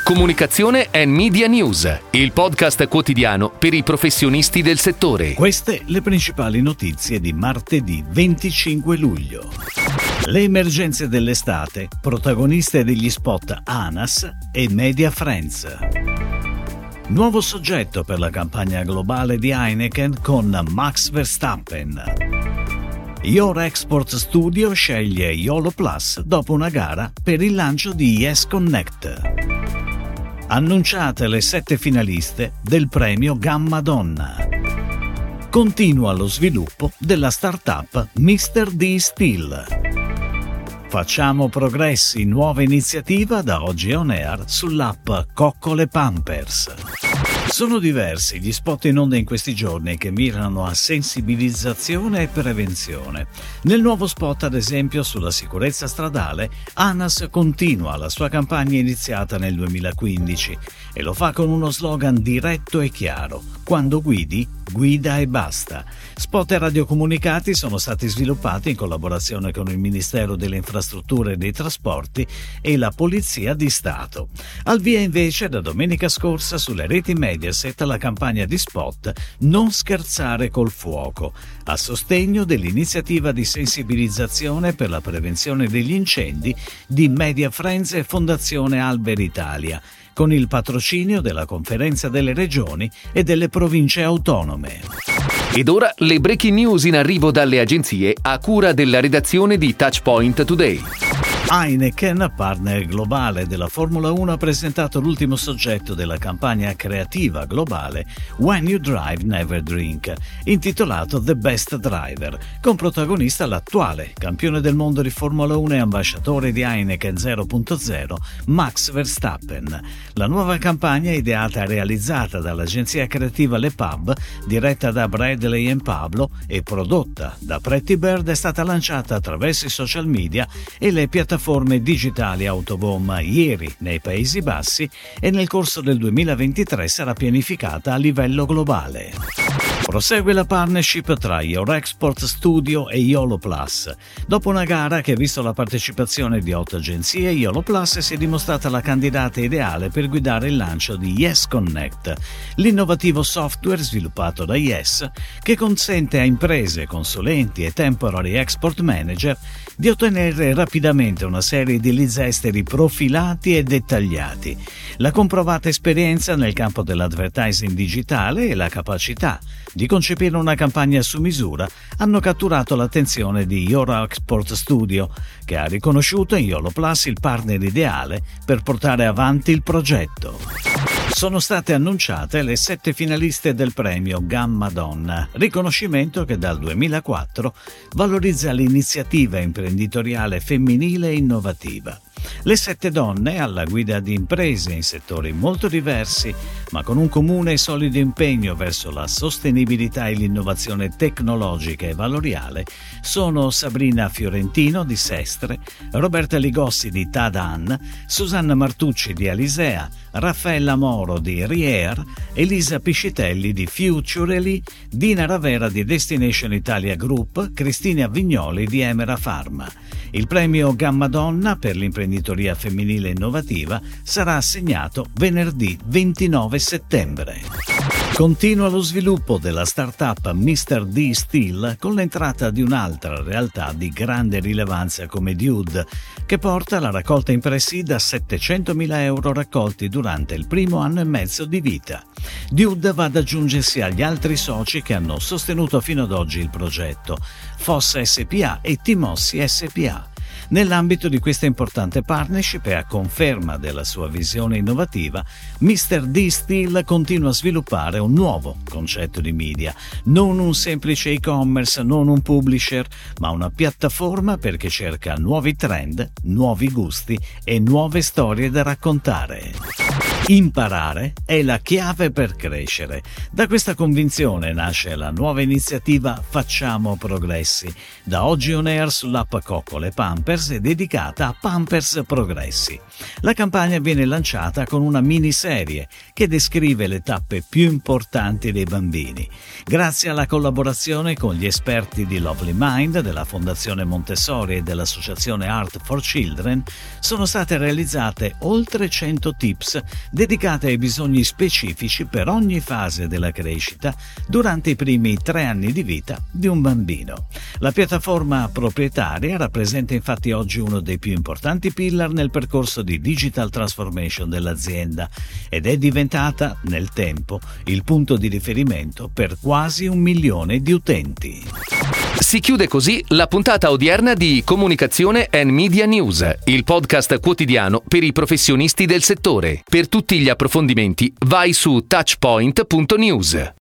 Comunicazione e Media News, il podcast quotidiano per i professionisti del settore. Queste le principali notizie di martedì 25 luglio. Le emergenze dell'estate, protagoniste degli spot ANAS e Media Friends. Nuovo soggetto per la campagna globale di Heineken con Max Verstappen. Your Export Studio sceglie YOLO Plus dopo una gara per il lancio di Yes Connect. Annunciate le 7 finaliste del premio Gamma Donna. Continua lo sviluppo della startup Mr. D Steel. Facciamo progressi, nuova iniziativa da oggi on air sull'app Coccole Pampers. Sono diversi gli spot in onda in questi giorni che mirano a sensibilizzazione e prevenzione. Nel nuovo spot, ad esempio, sulla sicurezza stradale, ANAS continua la sua campagna iniziata nel 2015 e lo fa con uno slogan diretto e chiaro: quando guidi, guida e basta. Spot e radiocomunicati sono stati sviluppati in collaborazione con il Ministero delle Infrastrutture e dei Trasporti e la Polizia di Stato. Al via invece da domenica scorsa sulle reti Mediaset la campagna di spot Non scherzare col fuoco, a sostegno dell'iniziativa di sensibilizzazione per la prevenzione degli incendi di Media Friends e Fondazione Alber Italia, con il patrocinio della Conferenza delle Regioni e delle Province Autonome. Ed ora le breaking news in arrivo dalle agenzie a cura della redazione di Touchpoint Today. Heineken, partner globale della Formula 1, ha presentato l'ultimo soggetto della campagna creativa globale When You Drive Never Drink, intitolato The Best Driver, con protagonista l'attuale campione del mondo di Formula 1 e ambasciatore di Heineken 0.0, Max Verstappen. La nuova campagna, ideata e realizzata dall'agenzia creativa Le Pub, diretta da Bradley e Pablo e prodotta da Pretty Bird, è stata lanciata attraverso i social media e le piattaforme digitali Autobom ieri nei Paesi Bassi e nel corso del 2023 sarà pianificata a livello globale. Prosegue la partnership tra Your Export Studio e YOLO Plus. Dopo una gara che ha visto la partecipazione di 8 agenzie, YOLO Plus si è dimostrata la candidata ideale per guidare il lancio di Yes Connect, l'innovativo software sviluppato da Yes che consente a imprese, consulenti e temporary export manager di ottenere rapidamente una serie di leads esteri profilati e dettagliati. La comprovata esperienza nel campo dell'advertising digitale e la capacità di concepire una campagna su misura hanno catturato l'attenzione di Your Export Studio, che ha riconosciuto in YOLO Plus il partner ideale per portare avanti il progetto. Sono state annunciate le 7 finaliste del premio Gamma Donna, riconoscimento che dal 2004 valorizza l'iniziativa imprenditoriale femminile e innovativa. Le 7 donne, alla guida di imprese in settori molto diversi, ma con un comune e solido impegno verso la sostenibilità e l'innovazione tecnologica e valoriale, sono Sabrina Fiorentino di Sestre, Roberta Ligossi di Tadan, Susanna Martucci di Alisea, Raffaella Moro di Rier, Elisa Piscitelli di Futurely, Dina Ravera di Destination Italia Group, Cristina Vignoli di Emera Pharma. Il premio Gamma Donna per l'imprenditoria femminile innovativa sarà assegnato venerdì 29 settembre. Continua lo sviluppo della startup Mr. D Steel con l'entrata di un'altra realtà di grande rilevanza come Dude, che porta la raccolta in pressi da 700.000 euro raccolti durante il primo anno e mezzo di vita. Dude va ad aggiungersi agli altri soci che hanno sostenuto fino ad oggi il progetto, Fossa SPA e Timossi SPA. Nell'ambito di questa importante partnership e a conferma della sua visione innovativa, Mr. D Steel continua a sviluppare un nuovo concetto di media, non un semplice e-commerce, non un publisher, ma una piattaforma perché cerca nuovi trend, nuovi gusti e nuove storie da raccontare. Imparare è la chiave per crescere. Da questa convinzione nasce la nuova iniziativa Facciamo Progressi, da oggi on air sull'app Coccole Pampers e dedicata a Pampers Progressi. La campagna viene lanciata con una miniserie che descrive le tappe più importanti dei bambini. Grazie alla collaborazione con gli esperti di Lovely Mind, della Fondazione Montessori e dell'Associazione Art for Children, sono state realizzate oltre 100 tips dedicate ai bisogni specifici per ogni fase della crescita durante i primi 3 anni di vita di un bambino. La piattaforma proprietaria rappresenta infatti oggi uno dei più importanti pillar nel percorso di digital transformation dell'azienda ed è diventata, nel tempo, il punto di riferimento per quasi 1 milione di utenti. Si chiude così la puntata odierna di Comunicazione and Media News, il podcast quotidiano per i professionisti del settore. Per tutti gli approfondimenti vai su touchpoint.news.